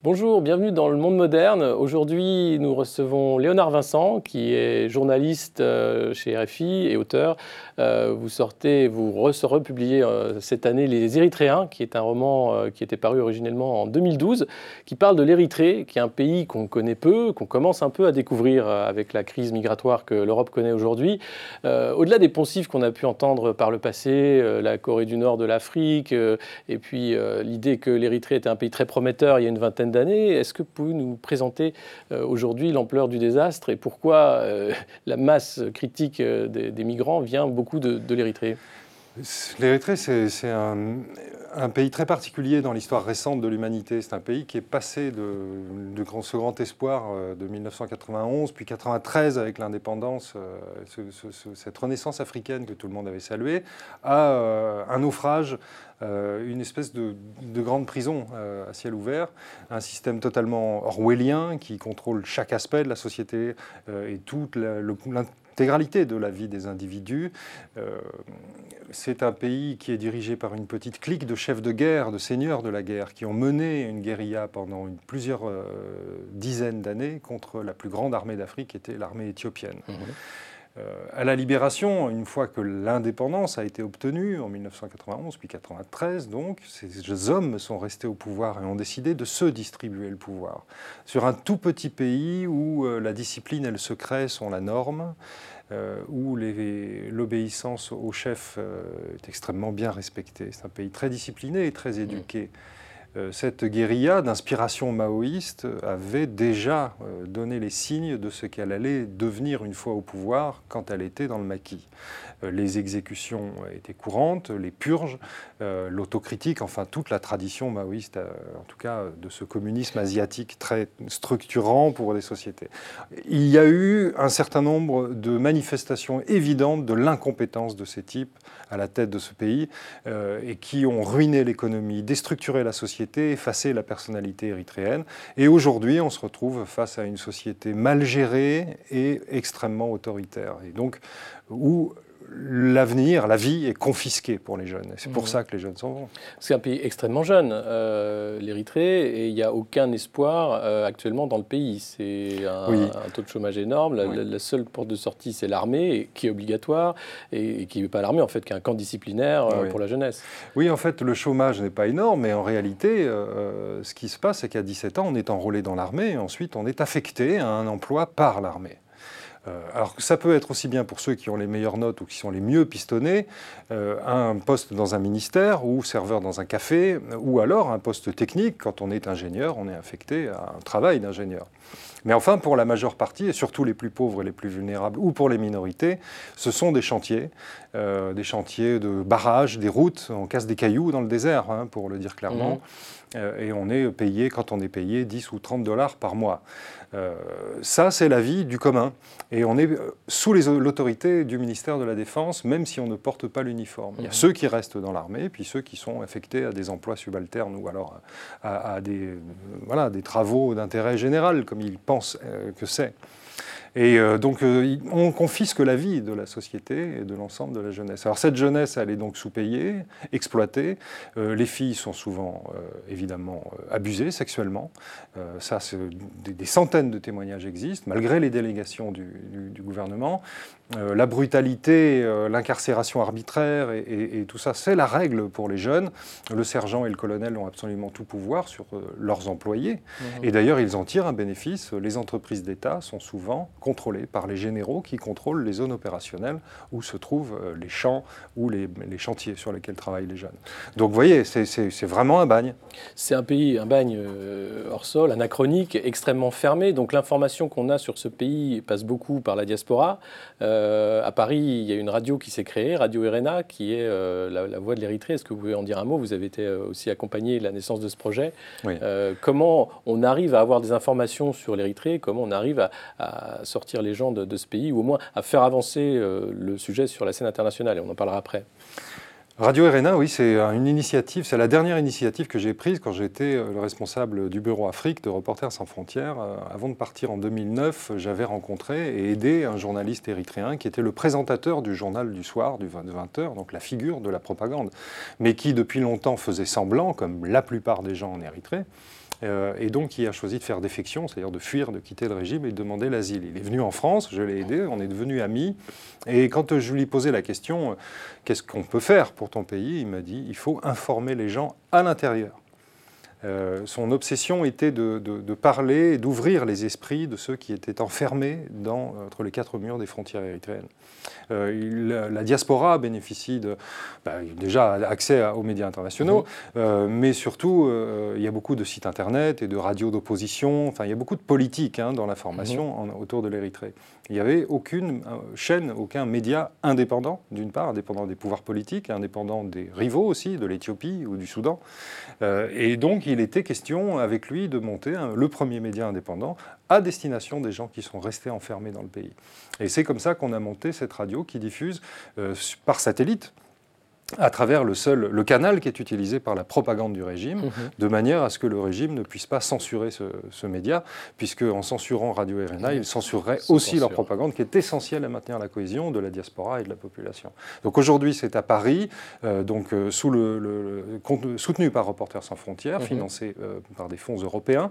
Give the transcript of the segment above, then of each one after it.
Bonjour, bienvenue dans Le Monde Moderne. Aujourd'hui, nous recevons Léonard Vincent, qui est journaliste chez RFI et auteur. Vous republiez cette année Les Érythréens, qui est un roman qui était paru originellement en 2012, qui parle de l'Érythrée, qui est un pays qu'on connaît peu, qu'on commence un peu à découvrir avec la crise migratoire que l'Europe connaît aujourd'hui. Au-delà des poncifs qu'on a pu entendre par le passé, la Corée du Nord de l'Afrique, et puis l'idée que l'Érythrée était un pays très prometteur il y a une vingtaine d'années. Est-ce que vous pouvez nous présenter aujourd'hui l'ampleur du désastre et pourquoi la masse critique des migrants vient beaucoup de l'Érythrée? L'Érythrée, c'est un pays très particulier dans l'histoire récente de l'humanité. C'est un pays qui est passé de ce grand espoir de 1991, puis 1993 avec l'indépendance, cette renaissance africaine que tout le monde avait saluée, à un naufrage, une espèce de grande prison à ciel ouvert, un système totalement orwellien qui contrôle chaque aspect de la société et toute l'intégralité de la vie des individus. C'est un pays qui est dirigé par une petite clique de chefs de guerre, de seigneurs de la guerre, qui ont mené une guérilla pendant plusieurs dizaines d'années contre la plus grande armée d'Afrique, qui était l'armée éthiopienne. À la libération, une fois que l'indépendance a été obtenue en 1991 puis 1993, donc, ces hommes sont restés au pouvoir et ont décidé de se distribuer le pouvoir. Sur un tout petit pays où la discipline et le secret sont la norme, où l'obéissance au chef est extrêmement bien respectée. C'est un pays très discipliné et très éduqué. Cette guérilla d'inspiration maoïste avait déjà donné les signes de ce qu'elle allait devenir une fois au pouvoir quand elle était dans le maquis. Les exécutions étaient courantes, les purges, l'autocritique, enfin toute la tradition maoïste, en tout cas de ce communisme asiatique très structurant pour les sociétés. Il y a eu un certain nombre de manifestations évidentes de l'incompétence de ces types à la tête de ce pays et qui ont ruiné l'économie, déstructuré la société, effacé la personnalité érythréenne. Et aujourd'hui, on se retrouve face à une société mal gérée et extrêmement autoritaire. Et donc, où l'avenir, la vie est confisquée pour les jeunes. Et c'est pour ça que les jeunes s'en vont. C'est un pays extrêmement jeune, l'Érythrée, et il n'y a aucun espoir actuellement dans le pays. C'est un taux de chômage énorme. La seule porte de sortie, c'est l'armée, qui est obligatoire, et qui n'est pas l'armée, en fait, qui est un camp disciplinaire pour la jeunesse. Oui, en fait, le chômage n'est pas énorme, mais en réalité, ce qui se passe, c'est qu'à 17 ans, on est enrôlé dans l'armée, et ensuite, on est affecté à un emploi par l'armée. Alors ça peut être aussi bien pour ceux qui ont les meilleures notes ou qui sont les mieux pistonnés, un poste dans un ministère ou serveur dans un café, ou alors un poste technique. Quand on est ingénieur, on est affecté à un travail d'ingénieur. Mais enfin, pour la majeure partie, et surtout les plus pauvres et les plus vulnérables, ou pour les minorités, ce sont des chantiers de barrages, des routes. On casse des cailloux dans le désert, pour le dire clairement. Et on est payé, quand on est payé, 10 ou 30 $ par mois. Ça, c'est la vie du commun. Et on est sous l'autorité du ministère de la Défense, même si on ne porte pas l'uniforme. Il y a ceux qui restent dans l'armée, puis ceux qui sont affectés à des emplois subalternes ou alors à des travaux d'intérêt général, comme ils pensent que c'est. Et donc, on confisque la vie de la société et de l'ensemble de la jeunesse. Alors, cette jeunesse, elle est donc sous-payée, exploitée. Les filles sont souvent, évidemment, abusées sexuellement. Ça, des centaines de témoignages existent, malgré les délégations du gouvernement. La brutalité, l'incarcération arbitraire et tout ça, c'est la règle pour les jeunes. Le sergent et le colonel ont absolument tout pouvoir sur leurs employés. Et d'ailleurs, ils en tirent un bénéfice. Les entreprises d'État sont souvent contrôlées par les généraux qui contrôlent les zones opérationnelles où se trouvent les champs ou les chantiers sur lesquels travaillent les jeunes. Donc vous voyez, c'est vraiment un bagne. C'est un pays, un bagne hors sol, anachronique, extrêmement fermé. Donc l'information qu'on a sur ce pays passe beaucoup par la diaspora. À Paris, il y a une radio qui s'est créée, Radio RNA, qui est la voix de l'Érythrée. Est-ce que vous pouvez en dire un mot? Vous avez été aussi accompagné de la naissance de ce projet. Oui. Comment on arrive à avoir des informations sur l'Érythrée? Comment on arrive à sortir les gens de ce pays, ou au moins à faire avancer le sujet sur la scène internationale? Et on en parlera après. Radio RNA, oui, c'est une initiative, c'est la dernière initiative que j'ai prise quand j'étais le responsable du bureau Afrique de Reporters sans frontières. Avant de partir en 2009, j'avais rencontré et aidé un journaliste érythréen qui était le présentateur du journal du soir, de 20h, donc la figure de la propagande, mais qui depuis longtemps faisait semblant, comme la plupart des gens en Érythrée, et donc il a choisi de faire défection, c'est-à-dire de fuir, de quitter le régime et de demander l'asile. Il est venu en France, je l'ai aidé, on est devenus amis, et quand je lui posais la question « Qu'est-ce qu'on peut faire pour ton pays ?», il m'a dit « Il faut informer les gens à l'intérieur ». Son obsession était de parler et d'ouvrir les esprits de ceux qui étaient enfermés entre les quatre murs des frontières érythréennes. La diaspora bénéficie déjà accès aux médias internationaux, mais surtout, il y a beaucoup de sites internet et de radios d'opposition. Enfin, il y a beaucoup de politique dans l'information autour de l'Érythrée. Il n'y avait aucune chaîne, aucun média indépendant, d'une part, indépendant des pouvoirs politiques, indépendant des rivaux aussi, de l'Éthiopie ou du Soudan. Et donc, il était question avec lui de monter le premier média indépendant à destination des gens qui sont restés enfermés dans le pays. Et c'est comme ça qu'on a monté cette radio qui diffuse par satellite à travers le canal qui est utilisé par la propagande du régime, de manière à ce que le régime ne puisse pas censurer ce média, puisque en censurant Radio RNA, il censurerait aussi leur propagande, qui est essentielle à maintenir la cohésion de la diaspora et de la population. Donc aujourd'hui, c'est à Paris, soutenu par Reporters sans frontières, financé par des fonds européens,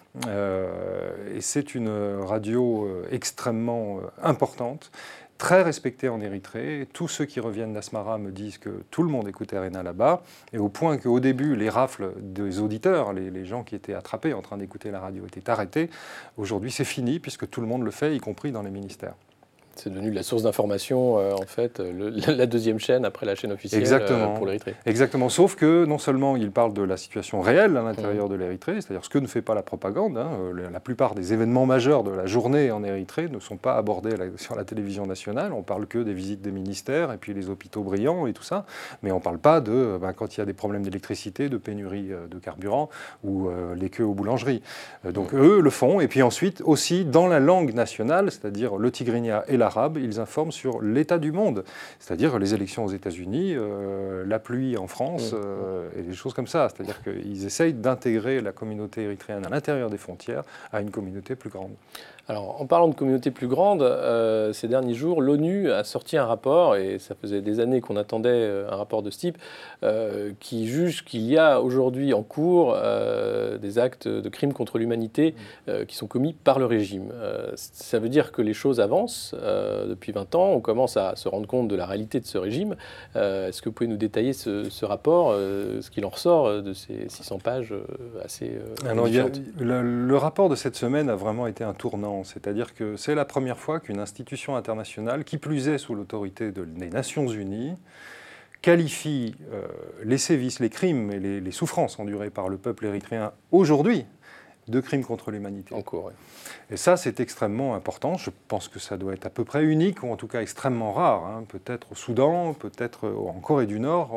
et c'est une radio extrêmement importante, très respecté en Érythrée. Tous ceux qui reviennent d'Asmara me disent que tout le monde écoute RNA là-bas, et au point qu'au début, les rafles des auditeurs, les gens qui étaient attrapés en train d'écouter la radio, étaient arrêtés. Aujourd'hui, c'est fini, puisque tout le monde le fait, y compris dans les ministères. C'est devenu la source d'information, en fait, la deuxième chaîne après la chaîne officielle pour l'Érythrée. Exactement, sauf que non seulement il parle de la situation réelle à l'intérieur de l'Érythrée, c'est-à-dire ce que ne fait pas la propagande, la plupart des événements majeurs de la journée en Érythrée ne sont pas abordés sur la télévision nationale, on parle que des visites des ministères et puis les hôpitaux brillants et tout ça, mais on ne parle pas de quand il y a des problèmes d'électricité, de pénurie de carburant ou les queues aux boulangeries. Donc eux le font, et puis ensuite aussi dans la langue nationale, c'est-à-dire le tigrinya et l'arabe, ils informent sur l'état du monde, c'est-à-dire les élections aux États-Unis, la pluie en France, et des choses comme ça. C'est-à-dire qu'ils essayent d'intégrer la communauté érythréenne à l'intérieur des frontières à une communauté plus grande. Alors, en parlant de communauté plus grande, ces derniers jours, l'ONU a sorti un rapport, et ça faisait des années qu'on attendait un rapport de ce type, qui juge qu'il y a aujourd'hui en cours des actes de crimes contre l'humanité qui sont commis par le régime. Ça veut dire que les choses avancent depuis 20 ans, on commence à se rendre compte de la réalité de ce régime. Est-ce que vous pouvez nous détailler ce rapport, ce qu'il en ressort de ces 600 pages assez édifiantes ? Le rapport de cette semaine a vraiment été un tournant. C'est-à-dire que c'est la première fois qu'une institution internationale, qui plus est sous l'autorité des Nations Unies, qualifie les sévices, les crimes et les souffrances endurées par le peuple érythréen aujourd'hui de crimes contre l'humanité. En cours, oui. Et ça, c'est extrêmement important. Je pense que ça doit être à peu près unique, ou en tout cas extrêmement rare. Peut-être au Soudan, peut-être en Corée du Nord,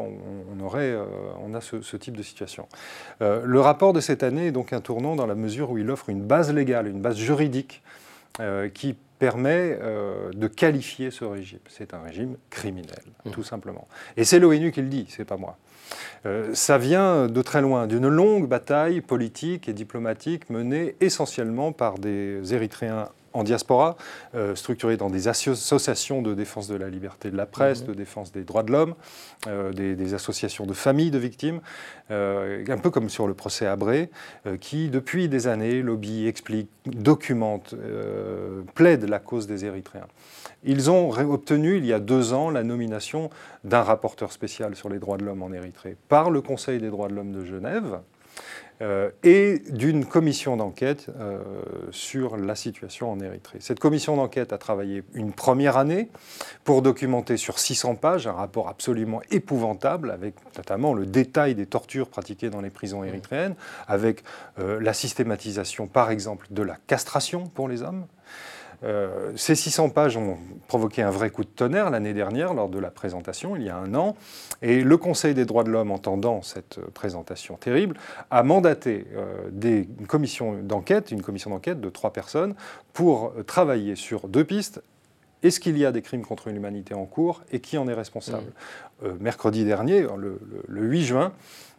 on a ce type de situation. Le rapport de cette année est donc un tournant dans la mesure où il offre une base légale, une base juridique qui permet de qualifier ce régime. C'est un régime criminel, tout simplement. Et c'est l'ONU qui le dit, c'est pas moi. Ça vient de très loin, d'une longue bataille politique et diplomatique menée essentiellement par des Érythréens en diaspora, structurés dans des associations de défense de la liberté de la presse, de défense des droits de l'homme, des associations de familles de victimes, un peu comme sur le procès Habré, qui depuis des années lobby, explique, documente, plaide la cause des Érythréens. Ils ont obtenu, il y a 2 ans, la nomination d'un rapporteur spécial sur les droits de l'homme en Érythrée par le Conseil des droits de l'homme de Genève et d'une commission d'enquête sur la situation en Érythrée. Cette commission d'enquête a travaillé une première année pour documenter sur 600 pages un rapport absolument épouvantable, avec notamment le détail des tortures pratiquées dans les prisons érythréennes, avec la systématisation, par exemple, de la castration pour les hommes. Ces 600 pages ont provoqué un vrai coup de tonnerre l'année dernière lors de la présentation, il y a 1 an, et le Conseil des droits de l'homme, entendant cette présentation terrible, a mandaté une commission d'enquête de 3 personnes pour travailler sur 2 pistes. Est-ce qu'il y a des crimes contre l'humanité en cours et qui en est responsable ? Mercredi dernier, le 8 juin,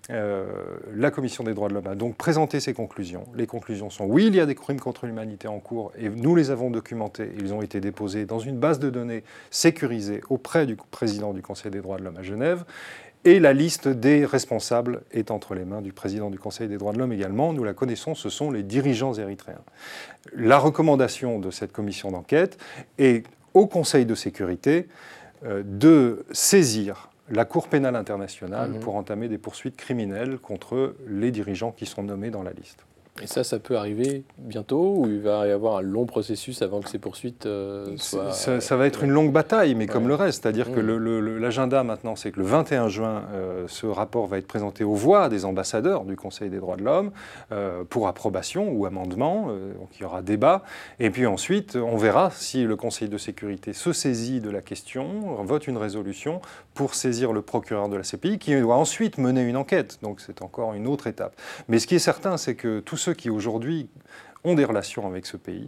la Commission des droits de l'homme a donc présenté ses conclusions. Les conclusions sont oui, il y a des crimes contre l'humanité en cours et nous les avons documentés. Ils ont été déposés dans une base de données sécurisée auprès du président du Conseil des droits de l'homme à Genève. Et la liste des responsables est entre les mains du président du Conseil des droits de l'homme également. Nous la connaissons, ce sont les dirigeants érythréens. La recommandation de cette commission d'enquête est au Conseil de sécurité de saisir la Cour pénale internationale pour entamer des poursuites criminelles contre les dirigeants qui sont nommés dans la liste. Et ça peut arriver bientôt, ou il va y avoir un long processus avant que ces poursuites soient... Ça va être une longue bataille, mais comme le reste. C'est-à-dire que l'agenda maintenant, c'est que le 21 juin, ce rapport va être présenté aux voix des ambassadeurs du Conseil des droits de l'homme pour approbation ou amendement. Donc il y aura débat. Et puis ensuite, on verra si le Conseil de sécurité se saisit de la question, vote une résolution pour saisir le procureur de la CPI, qui doit ensuite mener une enquête. Donc c'est encore une autre étape. Mais ce qui est certain, c'est que tous ceux qui aujourd'hui ont des relations avec ce pays,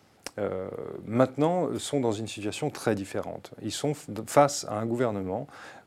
maintenant sont dans une situation très différente. Ils sont face à un gouvernement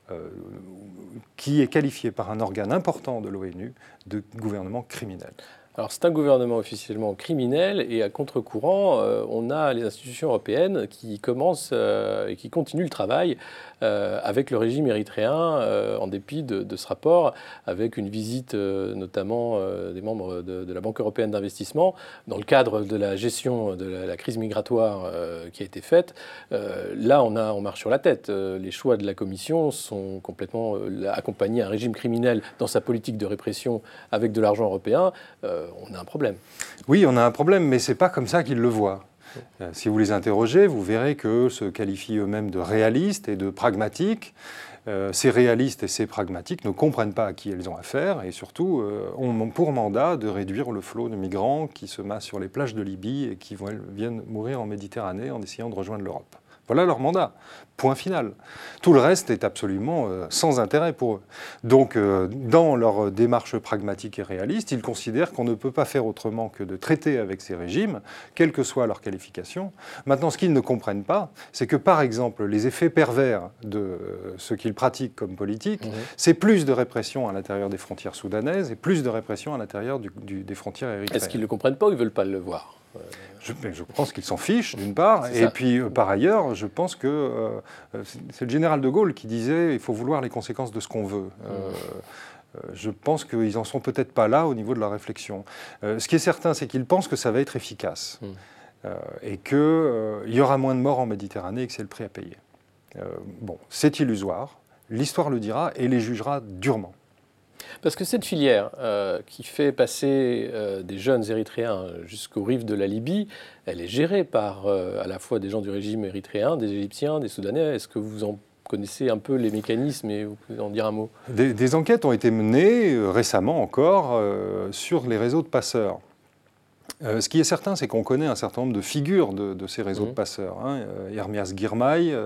qui est qualifié par un organe important de l'ONU de gouvernement criminel. Alors c'est un gouvernement officiellement criminel et à contre-courant, on a les institutions européennes qui commencent et qui continuent le travail avec le régime érythréen en dépit de ce rapport, avec une visite notamment des membres de la Banque européenne d'investissement dans le cadre de la gestion de la crise migratoire qui a été faite. Là, on marche sur la tête. Les choix de la Commission sont complètement accompagnés un régime criminel dans sa politique de répression avec de l'argent européen. On a un problème. Oui, on a un problème, mais ce n'est pas comme ça qu'ils le voient. Si vous les interrogez, vous verrez qu'eux se qualifient eux-mêmes de réalistes et de pragmatiques. Ces réalistes et ces pragmatiques ne comprennent pas à qui ils ont affaire et surtout ont pour mandat de réduire le flot de migrants qui se massent sur les plages de Libye et qui viennent mourir en Méditerranée en essayant de rejoindre l'Europe. Voilà leur mandat. Point final. Tout le reste est absolument sans intérêt pour eux. Donc, dans leur démarche pragmatique et réaliste, ils considèrent qu'on ne peut pas faire autrement que de traiter avec ces régimes, quelle que soit leur qualification. Maintenant, ce qu'ils ne comprennent pas, c'est que, par exemple, les effets pervers de ce qu'ils pratiquent comme politique, c'est plus de répression à l'intérieur des frontières soudanaises et plus de répression à l'intérieur des frontières érythréennes. Est-ce qu'ils ne le comprennent pas ou ils ne veulent pas le voir ? Je pense qu'ils s'en fichent, d'une part, et puis par ailleurs, je pense que c'est le général de Gaulle qui disait « il faut vouloir les conséquences de ce qu'on veut ». Je pense qu'ils n'en sont peut-être pas là au niveau de la réflexion. Ce qui est certain, c'est qu'ils pensent que ça va être efficace et qu'il y aura moins de morts en Méditerranée et que c'est le prix à payer. Bon, c'est illusoire, l'histoire le dira et les jugera durement. Parce que cette filière qui fait passer des jeunes Érythréens jusqu'aux rives de la Libye, elle est gérée par à la fois des gens du régime érythréen, des Égyptiens, des Soudanais. Est-ce que vous en connaissez un peu les mécanismes et vous pouvez en dire un mot ? Des enquêtes ont été menées récemment encore sur les réseaux de passeurs. Ce qui est certain, c'est qu'on connaît un certain nombre de figures de ces réseaux de passeurs. Hermias Girmay,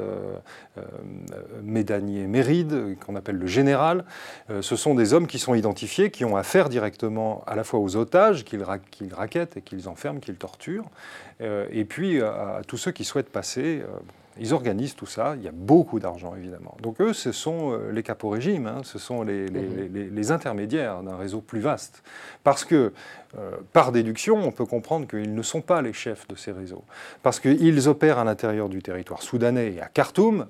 Médanier Méride, qu'on appelle le général. Ce sont des hommes qui sont identifiés, qui ont affaire directement à la fois aux otages qu'ils raquettent et qu'ils enferment, qu'ils torturent, et puis à tous ceux qui souhaitent passer. Ils organisent tout ça, il y a beaucoup d'argent évidemment. Donc eux, ce sont les capos régimes, ce sont les intermédiaires d'un réseau plus vaste. Parce que, par déduction, on peut comprendre qu'ils ne sont pas les chefs de ces réseaux. Parce qu'ils opèrent à l'intérieur du territoire soudanais et à Khartoum,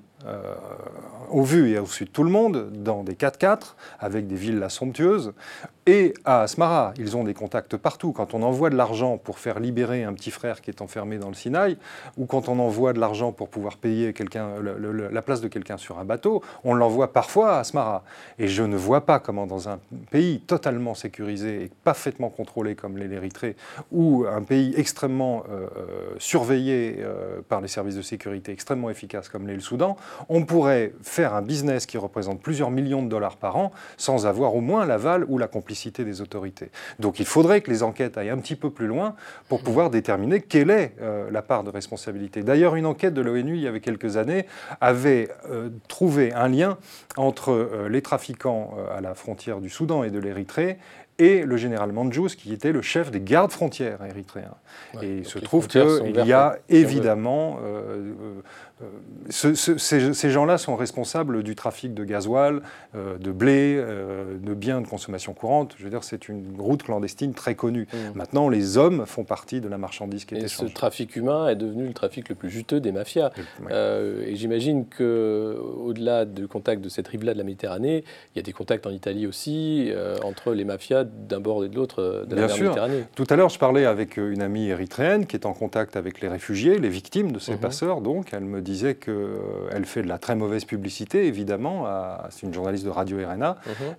au vu et au su de tout le monde, dans des 4x4, avec des villas somptueuses, et à Asmara. Ils ont des contacts partout. Quand on envoie de l'argent pour faire libérer un petit frère qui est enfermé dans le Sinaï, ou quand on envoie de l'argent pour pouvoir payer la place de quelqu'un sur un bateau, on l'envoie parfois à Asmara. Et je ne vois pas comment dans un pays totalement sécurisé et parfaitement contrôlé comme l'Érythrée, ou un pays extrêmement surveillé par les services de sécurité extrêmement efficaces comme l'est le Soudan, on pourrait faire un business qui représente plusieurs millions de dollars par an sans avoir au moins l'aval ou la complicité des autorités. Donc il faudrait que les enquêtes aillent un petit peu plus loin pour pouvoir déterminer quelle est la part de responsabilité. D'ailleurs, une enquête de l'ONU il y avait quelques années avait trouvé un lien entre les trafiquants à la frontière du Soudan et de l'Érythrée et le général Mandjous, qui était le chef des gardes frontières érythréens. Ouais, et il se trouve qu'il y a évidemment... ces gens-là sont responsables du trafic de gasoil, de blé, de biens de consommation courante. Je veux dire, c'est une route clandestine très connue. Maintenant, les hommes font partie de la marchandise qui est échangée. Et ce trafic humain est devenu le trafic le plus juteux des mafias. Oui. Et j'imagine qu'au-delà du contact de cette rive-là de la Méditerranée, il y a des contacts en Italie aussi, entre les mafias d'un bord et de l'autre de la mer Méditerranée. Tout à l'heure, je parlais avec une amie érythréenne qui est en contact avec les réfugiés, les victimes de ces passeurs. Donc, elle me disait qu'elle fait de la très mauvaise publicité, évidemment, c'est une journaliste de Radio RNA,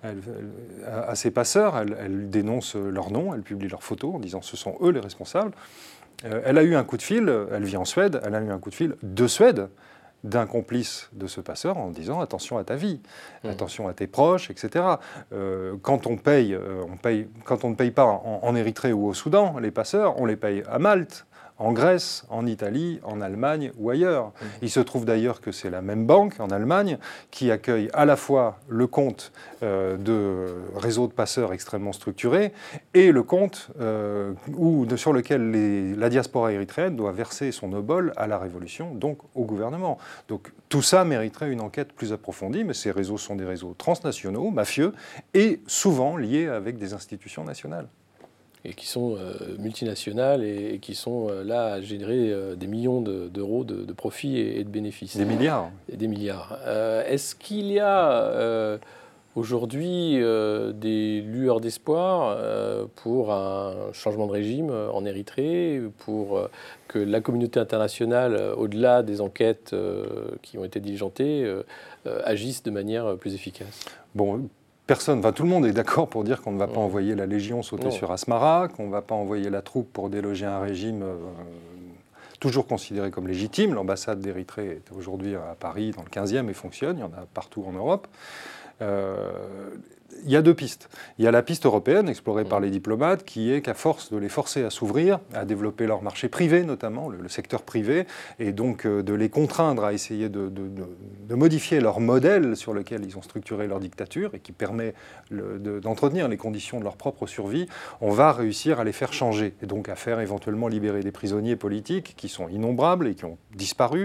à ces passeurs. Elle dénonce leur nom, elle publie leurs photos en disant ce sont eux les responsables. Elle a eu un coup de fil, elle vit en Suède, elle a eu un coup de fil de Suède, d'un complice de ce passeur en disant attention à ta vie, attention à tes proches, etc. Quand on quand on ne paye pas en Érythrée ou au Soudan, les passeurs, on les paye à Malte, en Grèce, en Italie, en Allemagne ou ailleurs. Il se trouve d'ailleurs que c'est la même banque en Allemagne qui accueille à la fois le compte de réseaux de passeurs extrêmement structurés et le compte sur lequel la diaspora érythréenne doit verser son obol à la révolution, donc au gouvernement. Donc tout ça mériterait une enquête plus approfondie, mais ces réseaux sont des réseaux transnationaux, mafieux, et souvent liés avec des institutions nationales. Et qui sont multinationales et qui sont là à générer des millions d'euros de profits et de bénéfices. Des milliards. Et des milliards. Est-ce qu'il y a aujourd'hui des lueurs d'espoir pour un changement de régime en Érythrée, pour que la communauté internationale, au-delà des enquêtes qui ont été diligentées, agisse de manière plus efficace ? Bon, tout le monde est d'accord pour dire qu'on ne va pas envoyer la Légion sauter sur Asmara, qu'on ne va pas envoyer la troupe pour déloger un régime toujours considéré comme légitime. L'ambassade d'Érythrée est aujourd'hui à Paris, dans le 15e, et fonctionne. Il y en a partout en Europe. Il y a deux pistes. Il y a la piste européenne, explorée par les diplomates, qui est qu'à force de les forcer à s'ouvrir, à développer leur marché privé notamment, le secteur privé, et donc de les contraindre à essayer de modifier leur modèle sur lequel ils ont structuré leur dictature et qui permet d'entretenir les conditions de leur propre survie, on va réussir à les faire changer, et donc à faire éventuellement libérer des prisonniers politiques qui sont innombrables et qui ont disparu,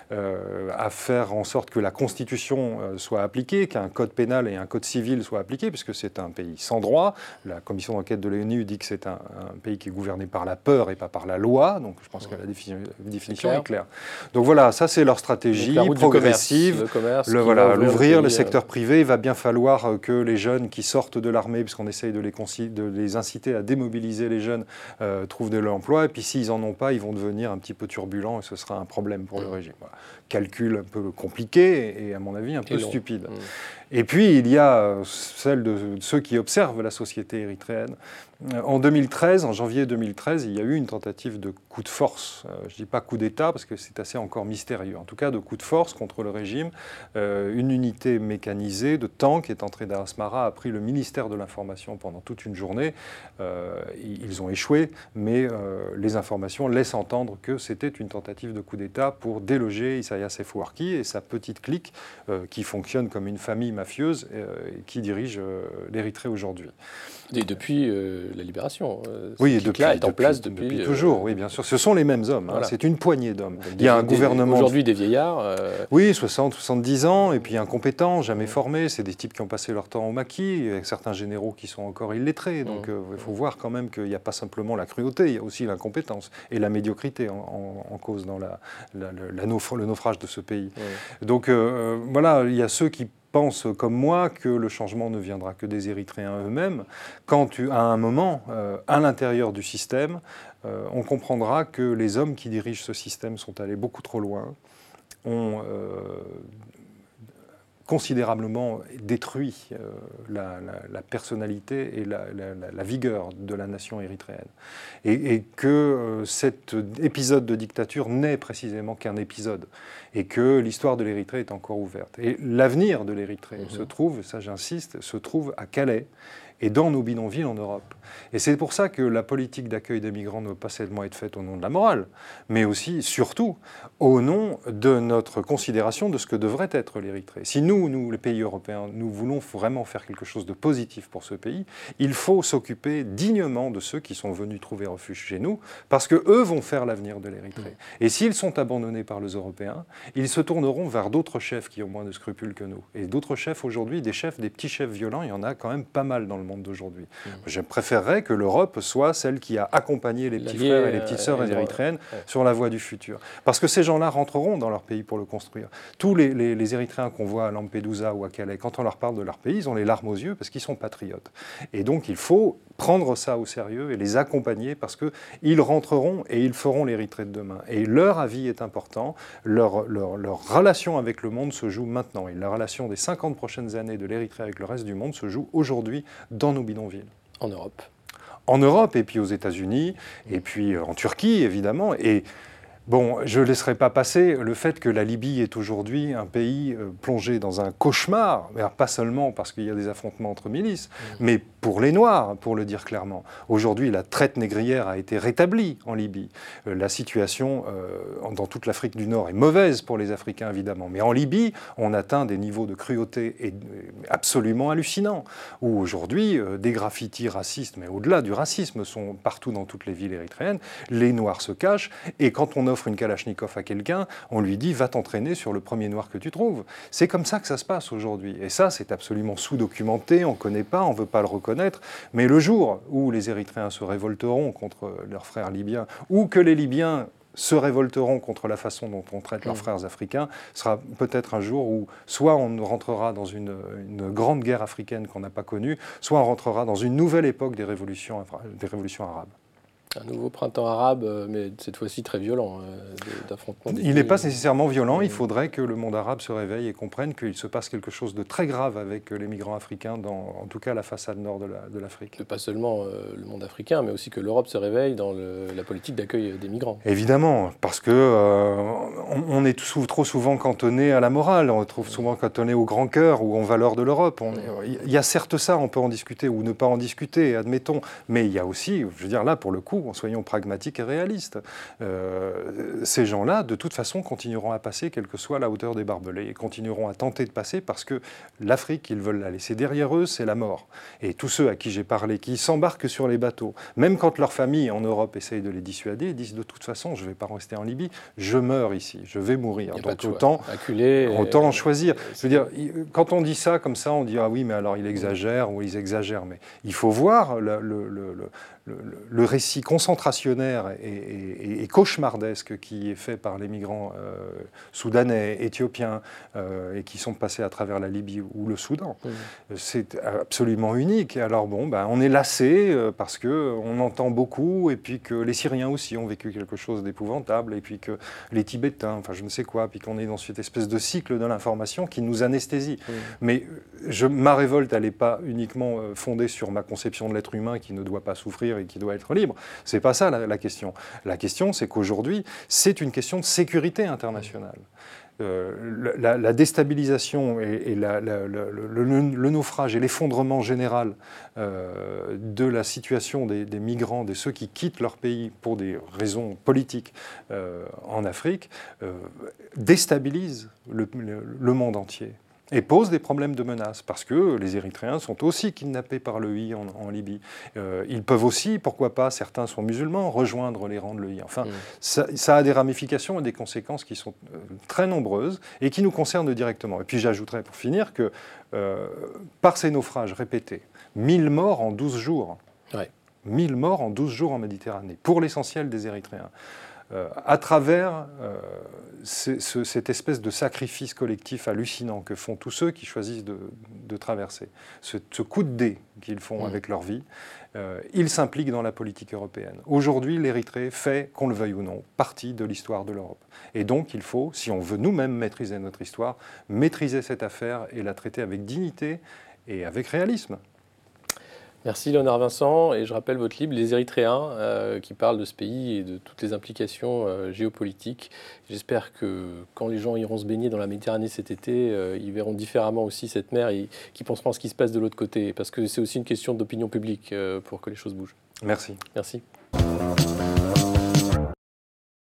à faire en sorte que la Constitution soit appliquée, qu'un code pénal et un code civil soient appliqués, puisque c'est un pays sans droit. La commission d'enquête de l'ONU dit que c'est un pays qui est gouverné par la peur et pas par la loi, donc je pense que la définition est claire. Donc voilà, ça c'est leur stratégie progressive. L'ouvrir, le secteur privé, il va bien falloir que les jeunes qui sortent de l'armée, puisqu'on essaye de les inciter à démobiliser les jeunes, trouvent de l'emploi, et puis s'ils n'en ont pas, ils vont devenir un petit peu turbulents, et ce sera un problème pour le régime. Voilà. Calcul un peu compliqué, et à mon avis un peu stupide. Et puis, il y a celle de ceux qui observent la société érythréenne. En 2013, en janvier 2013, il y a eu une tentative de coup de force. Je ne dis pas coup d'État, parce que c'est assez encore mystérieux. En tout cas, de coup de force contre le régime. Une unité mécanisée de tanks est entrée dans Asmara, a pris le ministère de l'Information pendant toute une journée. Ils ont échoué, mais les informations laissent entendre que c'était une tentative de coup d'État pour déloger Isaias Afwerki et sa petite clique qui fonctionne comme une famille mafieuse qui dirige l'Érythrée aujourd'hui. Et depuis la libération. Oui, depuis est en place depuis toujours. Oui, bien sûr. Ce sont les mêmes hommes. Voilà. C'est une poignée d'hommes. Il y a un gouvernement. Aujourd'hui, des vieillards. Oui, 60, 70 ans, et puis incompétents, jamais formés. C'est des types qui ont passé leur temps au maquis. Il y a certains généraux qui sont encore illettrés. Donc, il faut voir quand même qu'il n'y a pas simplement la cruauté, il y a aussi l'incompétence et la médiocrité en cause dans le naufrage de ce pays. Donc, voilà, il y a ceux qui pensent comme moi que le changement ne viendra que des Érythréens eux-mêmes, quand à un moment, à l'intérieur du système, on comprendra que les hommes qui dirigent ce système sont allés beaucoup trop loin, ont considérablement détruit la personnalité et la vigueur de la nation érythréenne. Et que cet épisode de dictature n'est précisément qu'un épisode. Et que l'histoire de l'Érythrée est encore ouverte. Et l'avenir de l'Érythrée se trouve, ça j'insiste, se trouve à Calais. et dans nos bidonvilles en Europe. Et c'est pour ça que la politique d'accueil des migrants ne doit pas seulement être faite au nom de la morale, mais aussi, surtout, au nom de notre considération de ce que devrait être l'Érythrée. Si nous, les pays européens, nous voulons vraiment faire quelque chose de positif pour ce pays, il faut s'occuper dignement de ceux qui sont venus trouver refuge chez nous, parce qu'eux vont faire l'avenir de l'Érythrée. Et s'ils sont abandonnés par les Européens, ils se tourneront vers d'autres chefs qui ont moins de scrupules que nous. Et d'autres chefs aujourd'hui, des petits chefs violents, il y en a quand même pas mal dans le monde d'aujourd'hui. Je préférerais que l'Europe soit celle qui a accompagné les petits frères et les petites sœurs érythréennes sur la voie du futur. Parce que ces gens-là rentreront dans leur pays pour le construire. Tous les Érythréens qu'on voit à Lampedusa ou à Calais, quand on leur parle de leur pays, ils ont les larmes aux yeux parce qu'ils sont patriotes. Et donc il faut prendre ça au sérieux et les accompagner parce qu'ils rentreront et ils feront l'Érythrée de demain. Et leur avis est important, leur relation avec le monde se joue maintenant. Et la relation des 50 prochaines années de l'Érythrée avec le reste du monde se joue aujourd'hui dans nos bidonvilles. En Europe. En Europe, et puis aux États-Unis, et puis en Turquie, évidemment. Et bon, je ne laisserai pas passer le fait que la Libye est aujourd'hui un pays plongé dans un cauchemar, pas seulement parce qu'il y a des affrontements entre milices, mais pour les Noirs, pour le dire clairement. Aujourd'hui, la traite négrière a été rétablie en Libye. La situation dans toute l'Afrique du Nord est mauvaise pour les Africains, évidemment. Mais en Libye, on atteint des niveaux de cruauté absolument hallucinants, où aujourd'hui, des graffitis racistes, mais au-delà du racisme, sont partout dans toutes les villes érythréennes. Les Noirs se cachent, et quand on offre une Kalachnikov à quelqu'un, on lui dit « va t'entraîner sur le premier Noir que tu trouves ». C'est comme ça que ça se passe aujourd'hui. Et ça, c'est absolument sous-documenté, on ne connaît pas, on ne veut pas le reconnaître. Mais le jour où les Érythréens se révolteront contre leurs frères libyens, ou que les Libyens se révolteront contre la façon dont on traite leurs frères africains, sera peut-être un jour où soit on rentrera dans une grande guerre africaine qu'on n'a pas connue, soit on rentrera dans une nouvelle époque des révolutions arabes. Un nouveau printemps arabe, mais cette fois-ci très violent, d'affrontement. Il n'est pas nécessairement violent, il faudrait que le monde arabe se réveille et comprenne qu'il se passe quelque chose de très grave avec les migrants africains, en tout cas la façade nord de l'Afrique. Pas seulement le monde africain, mais aussi que l'Europe se réveille dans la politique d'accueil des migrants. Évidemment, parce que on est trop souvent cantonné à la morale, on est trop souvent cantonné au grand cœur ou aux valeurs de l'Europe. Il y a certes ça, on peut en discuter ou ne pas en discuter, admettons, mais il y a aussi, je veux dire là, pour le coup, soyons pragmatiques et réalistes. Ces gens-là, de toute façon, continueront à passer, quelle que soit la hauteur des barbelés, et continueront à tenter de passer parce que l'Afrique, ils veulent la laisser derrière eux, c'est la mort. Et tous ceux à qui j'ai parlé, qui s'embarquent sur les bateaux, même quand leur famille en Europe essaye de les dissuader, ils disent de toute façon, je ne vais pas rester en Libye, je meurs ici, je vais mourir. Donc autant choisir. Je veux dire, quand on dit ça comme ça, on dit ah oui, mais alors il exagère ou ils exagèrent. Mais il faut voir le récit concentrationnaire et cauchemardesque qui est fait par les migrants soudanais, éthiopiens, et qui sont passés à travers la Libye ou le Soudan. C'est absolument unique. Et alors bon, on est lassé parce qu'on entend beaucoup, et puis que les Syriens aussi ont vécu quelque chose d'épouvantable, et puis que les Tibétains, enfin je ne sais quoi, puis qu'on est dans cette espèce de cycle de l'information qui nous anesthésie. Mais ma révolte, elle n'est pas uniquement fondée sur ma conception de l'être humain qui ne doit pas souffrir et qui doit être libre. C'est pas ça la question. La question, c'est qu'aujourd'hui, c'est une question de sécurité internationale. La déstabilisation et le naufrage et l'effondrement général de la situation des migrants, de ceux qui quittent leur pays pour des raisons politiques en Afrique, déstabilise le monde entier. Et pose des problèmes de menace, parce que les Érythréens sont aussi kidnappés par l'EI en Libye. Ils peuvent aussi, pourquoi pas, certains sont musulmans, rejoindre les rangs de l'EI. Enfin, ça a des ramifications et des conséquences qui sont très nombreuses et qui nous concernent directement. Et puis j'ajouterais pour finir que par ces naufrages répétés, 1000 morts en 12 jours, 1000 morts en 12 jours en Méditerranée, pour l'essentiel des Érythréens. À travers cette espèce de sacrifice collectif hallucinant que font tous ceux qui choisissent de traverser, ce coup de dé qu'ils font avec leur vie, ils s'impliquent dans la politique européenne. Aujourd'hui, l'Érythrée fait, qu'on le veuille ou non, partie de l'histoire de l'Europe. Et donc, il faut, si on veut nous-mêmes maîtriser notre histoire, maîtriser cette affaire et la traiter avec dignité et avec réalisme. Merci Léonard Vincent, et je rappelle votre livre Les Érythréens, qui parle de ce pays et de toutes les implications géopolitiques. J'espère que quand les gens iront se baigner dans la Méditerranée cet été, ils verront différemment aussi cette mer et qu'ils penseront à ce qui se passe de l'autre côté, parce que c'est aussi une question d'opinion publique pour que les choses bougent. Merci. Merci.